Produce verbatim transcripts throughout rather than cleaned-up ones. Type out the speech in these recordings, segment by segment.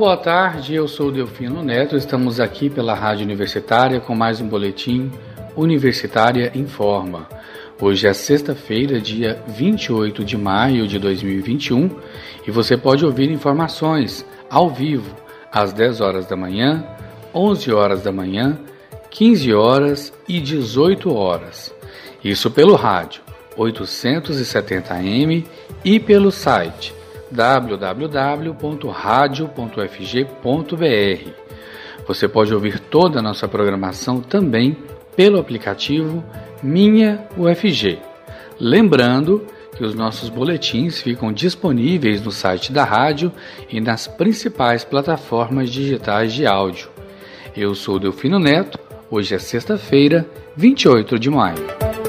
boa tarde, eu sou o Delfino Neto, estamos aqui pela Rádio Universitária com mais um boletim Universitária Informa. Hoje é sexta-feira, dia vinte e oito de maio de dois mil e vinte e um, e você pode ouvir informações ao vivo às dez horas da manhã, onze horas da manhã, quinze horas e dezoito horas. Isso pelo rádio oitocentos e setenta A M e pelo site w w w ponto radio ponto f g ponto b r. Você pode ouvir toda a nossa programação também pelo aplicativo Minha U F G. Lembrando que os nossos boletins ficam disponíveis no site da rádio e nas principais plataformas digitais de áudio. Eu sou Delfino Neto, hoje é sexta-feira, vinte e oito de maio.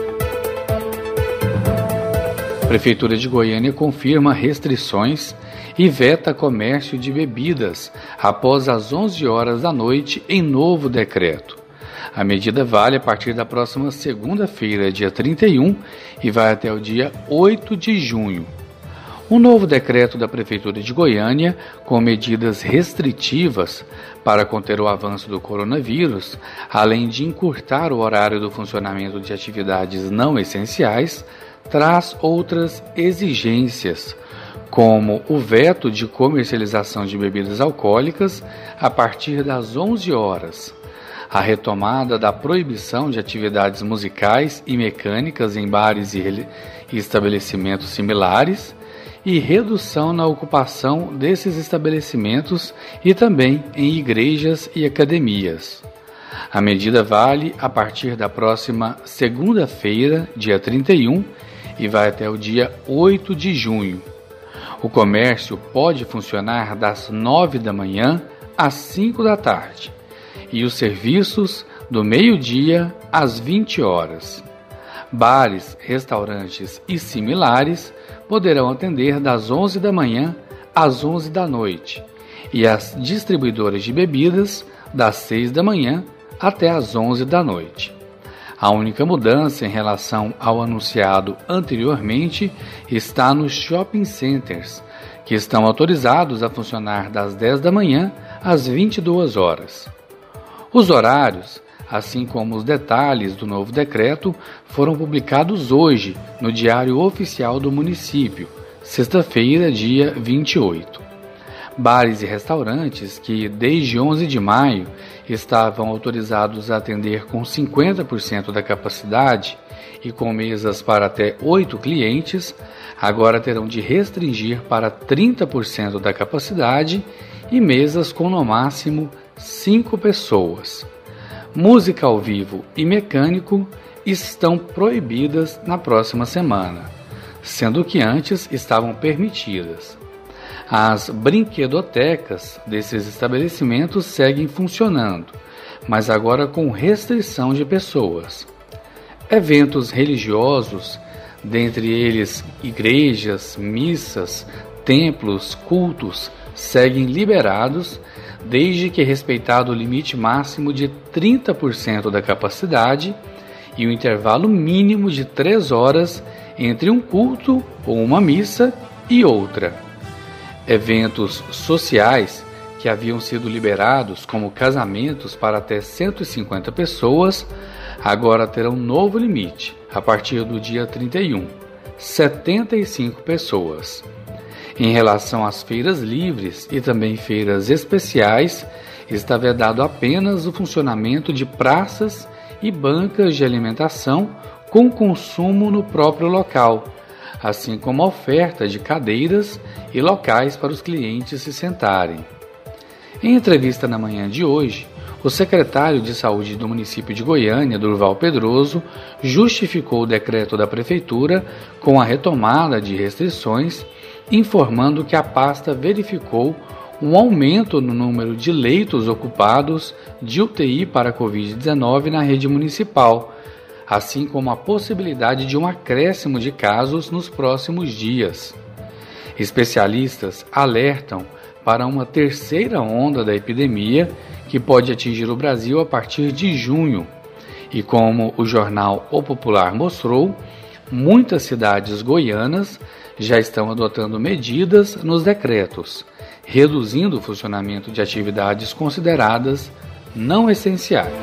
Prefeitura de Goiânia confirma restrições e veta comércio de bebidas após as onze horas da noite em novo decreto. A medida vale a partir da próxima segunda-feira, dia trinta e um, e vai até o dia oito de junho. Um novo decreto da Prefeitura de Goiânia, com medidas restritivas para conter o avanço do coronavírus, além de encurtar o horário do funcionamento de atividades não essenciais, traz outras exigências, como o veto de comercialização de bebidas alcoólicas a partir das onze horas, a retomada da proibição de atividades musicais e mecânicas em bares e estabelecimentos similares e redução na ocupação desses estabelecimentos e também em igrejas e academias. A medida vale a partir da próxima segunda-feira, dia trinta e um, e vai até o dia oito de junho. O comércio pode funcionar das nove da manhã às cinco da tarde e os serviços do meio-dia às vinte horas. Bares, restaurantes e similares poderão atender das onze da manhã às onze da noite e as distribuidoras de bebidas das seis da manhã até às onze da noite. A única mudança em relação ao anunciado anteriormente está nos shopping centers, que estão autorizados a funcionar das dez da manhã às vinte e duas horas. Os horários, assim como os detalhes do novo decreto, foram publicados hoje no Diário Oficial do Município, sexta-feira, dia vinte e oito. Bares e restaurantes que, desde onze de maio, estavam autorizados a atender com cinquenta por cento da capacidade e com mesas para até oito clientes, agora terão de restringir para trinta por cento da capacidade e mesas com no máximo cinco pessoas. Música ao vivo e mecânico estão proibidas na próxima semana, sendo que antes estavam permitidas. As brinquedotecas desses estabelecimentos seguem funcionando, mas agora com restrição de pessoas. Eventos religiosos, dentre eles igrejas, missas, templos, cultos, seguem liberados, desde que respeitado o limite máximo de trinta por cento da capacidade e o intervalo mínimo de três horas entre um culto ou uma missa e outra. Eventos sociais que haviam sido liberados, como casamentos para até cento e cinquenta pessoas, agora terão novo limite, a partir do dia trinta e um, setenta e cinco pessoas. Em relação às feiras livres e também feiras especiais, está vedado apenas o funcionamento de praças e bancas de alimentação com consumo no próprio local, assim como a oferta de cadeiras e locais para os clientes se sentarem. Em entrevista na manhã de hoje, o secretário de Saúde do município de Goiânia, Durval Pedroso, justificou o decreto da Prefeitura com a retomada de restrições, informando que a pasta verificou um aumento no número de leitos ocupados de U T I para a covid dezenove na rede municipal, assim como a possibilidade de um acréscimo de casos nos próximos dias. Especialistas alertam para uma terceira onda da epidemia que pode atingir o Brasil a partir de junho. E como o jornal O Popular mostrou, muitas cidades goianas já estão adotando medidas nos decretos, reduzindo o funcionamento de atividades consideradas não essenciais.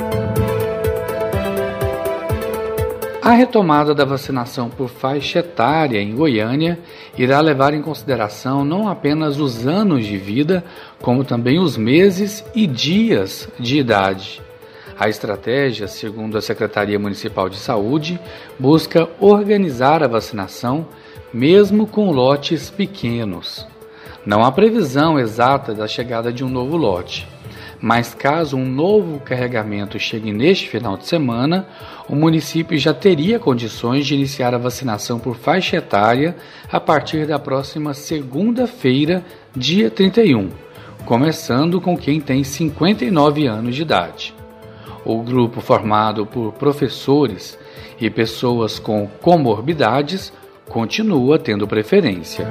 A retomada da vacinação por faixa etária em Goiânia irá levar em consideração não apenas os anos de vida, como também os meses e dias de idade. A estratégia, segundo a Secretaria Municipal de Saúde, busca organizar a vacinação mesmo com lotes pequenos. Não há previsão exata da chegada de um novo lote, mas caso um novo carregamento chegue neste final de semana, o município já teria condições de iniciar a vacinação por faixa etária a partir da próxima segunda-feira, dia trinta e um, começando com quem tem cinquenta e nove anos de idade. O grupo formado por professores e pessoas com comorbidades continua tendo preferência.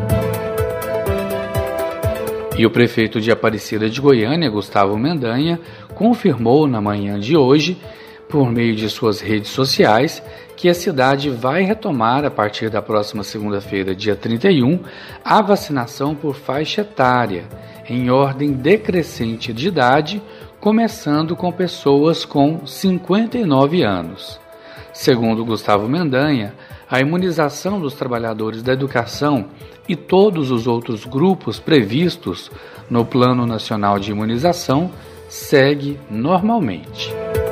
E o prefeito de Aparecida de Goiânia, Gustavo Mendanha, confirmou na manhã de hoje, por meio de suas redes sociais, que a cidade vai retomar a partir da próxima segunda-feira, dia trinta e um, a vacinação por faixa etária, em ordem decrescente de idade, começando com pessoas com cinquenta e nove anos. Segundo Gustavo Mendanha, a imunização dos trabalhadores da educação e todos os outros grupos previstos no Plano Nacional de Imunização segue normalmente.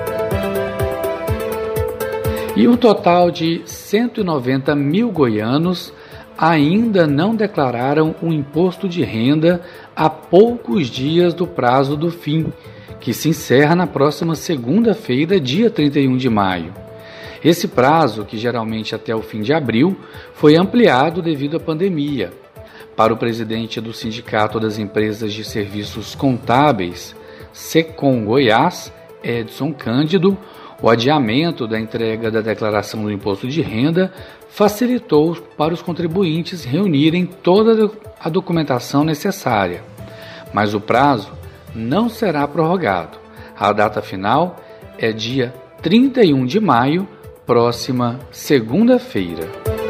E um total de cento e noventa mil goianos ainda não declararam o imposto de renda há poucos dias do prazo do fim, que se encerra na próxima segunda-feira, dia trinta e um de maio. Esse prazo, que geralmente até o fim de abril, foi ampliado devido à pandemia. Para o presidente do Sindicato das Empresas de Serviços Contábeis, SECOM Goiás, Edson Cândido, o adiamento da entrega da declaração do imposto de renda facilitou para os contribuintes reunirem toda a documentação necessária, mas o prazo não será prorrogado. A data final é dia trinta e um de maio, próxima segunda-feira.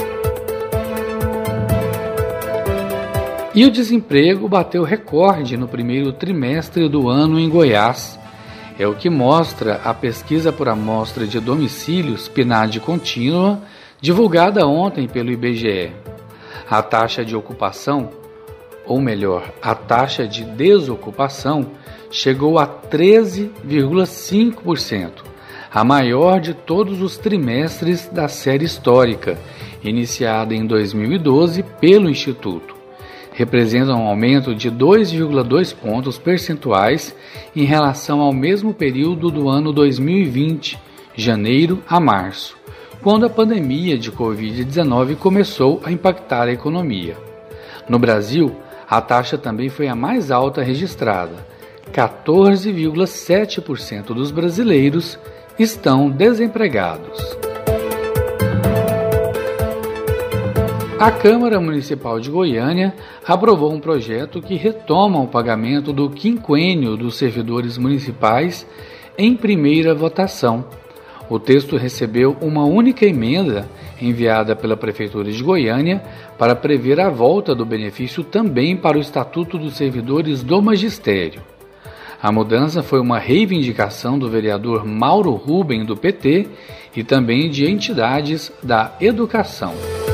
E o desemprego bateu recorde no primeiro trimestre do ano em Goiás. É o que mostra a pesquisa por amostra de domicílios P N A D contínua, divulgada ontem pelo I B G E. A taxa de ocupação, ou melhor, a taxa de desocupação, chegou a treze vírgula cinco por cento, a maior de todos os trimestres da série histórica, iniciada em dois mil e doze pelo Instituto. Representa um aumento de dois vírgula dois pontos percentuais em relação ao mesmo período do ano dois mil e vinte, janeiro a março, quando a pandemia de covid dezenove começou a impactar a economia. No Brasil, a taxa também foi a mais alta registrada. quatorze vírgula sete por cento dos brasileiros estão desempregados. A Câmara Municipal de Goiânia aprovou um projeto que retoma o pagamento do quinquênio dos servidores municipais em primeira votação. O texto recebeu uma única emenda enviada pela Prefeitura de Goiânia para prever a volta do benefício também para o Estatuto dos Servidores do Magistério. A mudança foi uma reivindicação do vereador Mauro Ruben, do P T, e também de entidades da educação.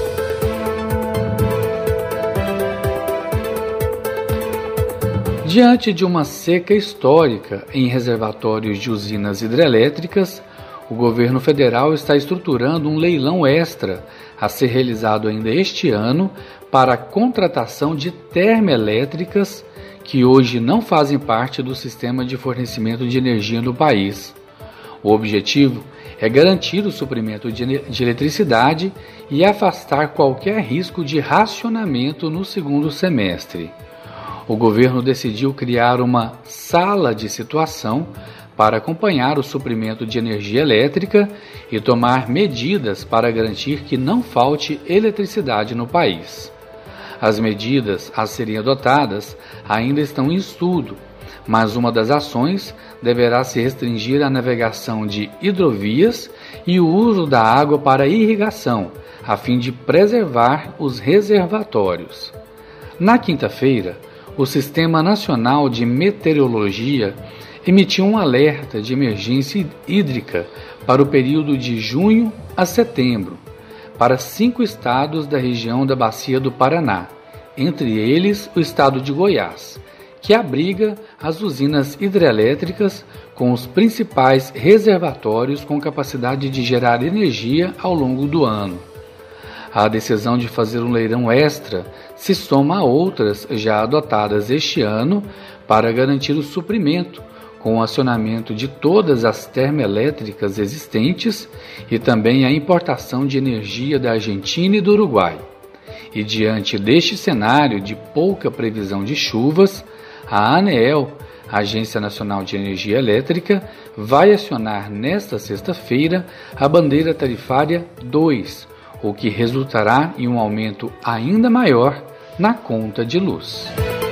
Diante de uma seca histórica em reservatórios de usinas hidrelétricas, o governo federal está estruturando um leilão extra a ser realizado ainda este ano para a contratação de termoelétricas que hoje não fazem parte do sistema de fornecimento de energia no país. O objetivo é garantir o suprimento de eletricidade e afastar qualquer risco de racionamento no segundo semestre. O governo decidiu criar uma sala de situação para acompanhar o suprimento de energia elétrica e tomar medidas para garantir que não falte eletricidade no país. As medidas a serem adotadas ainda estão em estudo, mas uma das ações deverá se restringir à navegação de hidrovias e o uso da água para irrigação, a fim de preservar os reservatórios. Na quinta-feira, o Sistema Nacional de Meteorologia emitiu um alerta de emergência hídrica para o período de junho a setembro, para cinco estados da região da Bacia do Paraná, entre eles o estado de Goiás, que abriga as usinas hidrelétricas com os principais reservatórios com capacidade de gerar energia ao longo do ano. A decisão de fazer um leilão extra se soma a outras já adotadas este ano para garantir o suprimento, com o acionamento de todas as termoelétricas existentes e também a importação de energia da Argentina e do Uruguai. E diante deste cenário de pouca previsão de chuvas, a ANEEL, Agência Nacional de Energia Elétrica, vai acionar nesta sexta-feira a bandeira tarifária dois, o que resultará em um aumento ainda maior na conta de luz.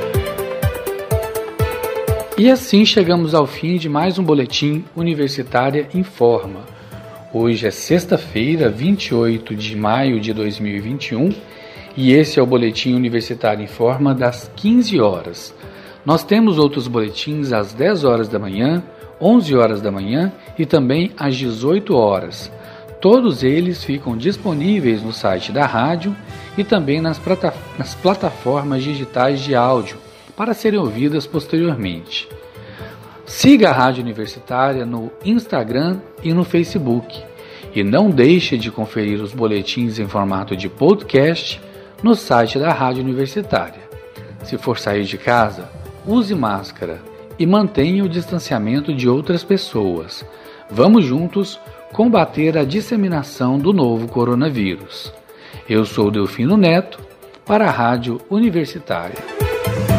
E assim chegamos ao fim de mais um Boletim Universitária Informa. Hoje é sexta-feira, vinte e oito de maio de dois mil e vinte e um, e esse é o Boletim Universitário Informa das quinze horas. Nós temos outros boletins às dez horas da manhã, onze horas da manhã e também às dezoito horas. Todos eles ficam disponíveis no site da rádio e também nas, plata- nas plataformas digitais de áudio, para serem ouvidas posteriormente. Siga a Rádio Universitária no Instagram e no Facebook. E não deixe de conferir os boletins em formato de podcast no site da Rádio Universitária. Se for sair de casa, use máscara e mantenha o distanciamento de outras pessoas. Vamos juntos combater a disseminação do novo coronavírus. Eu sou Delfino Neto, para a Rádio Universitária.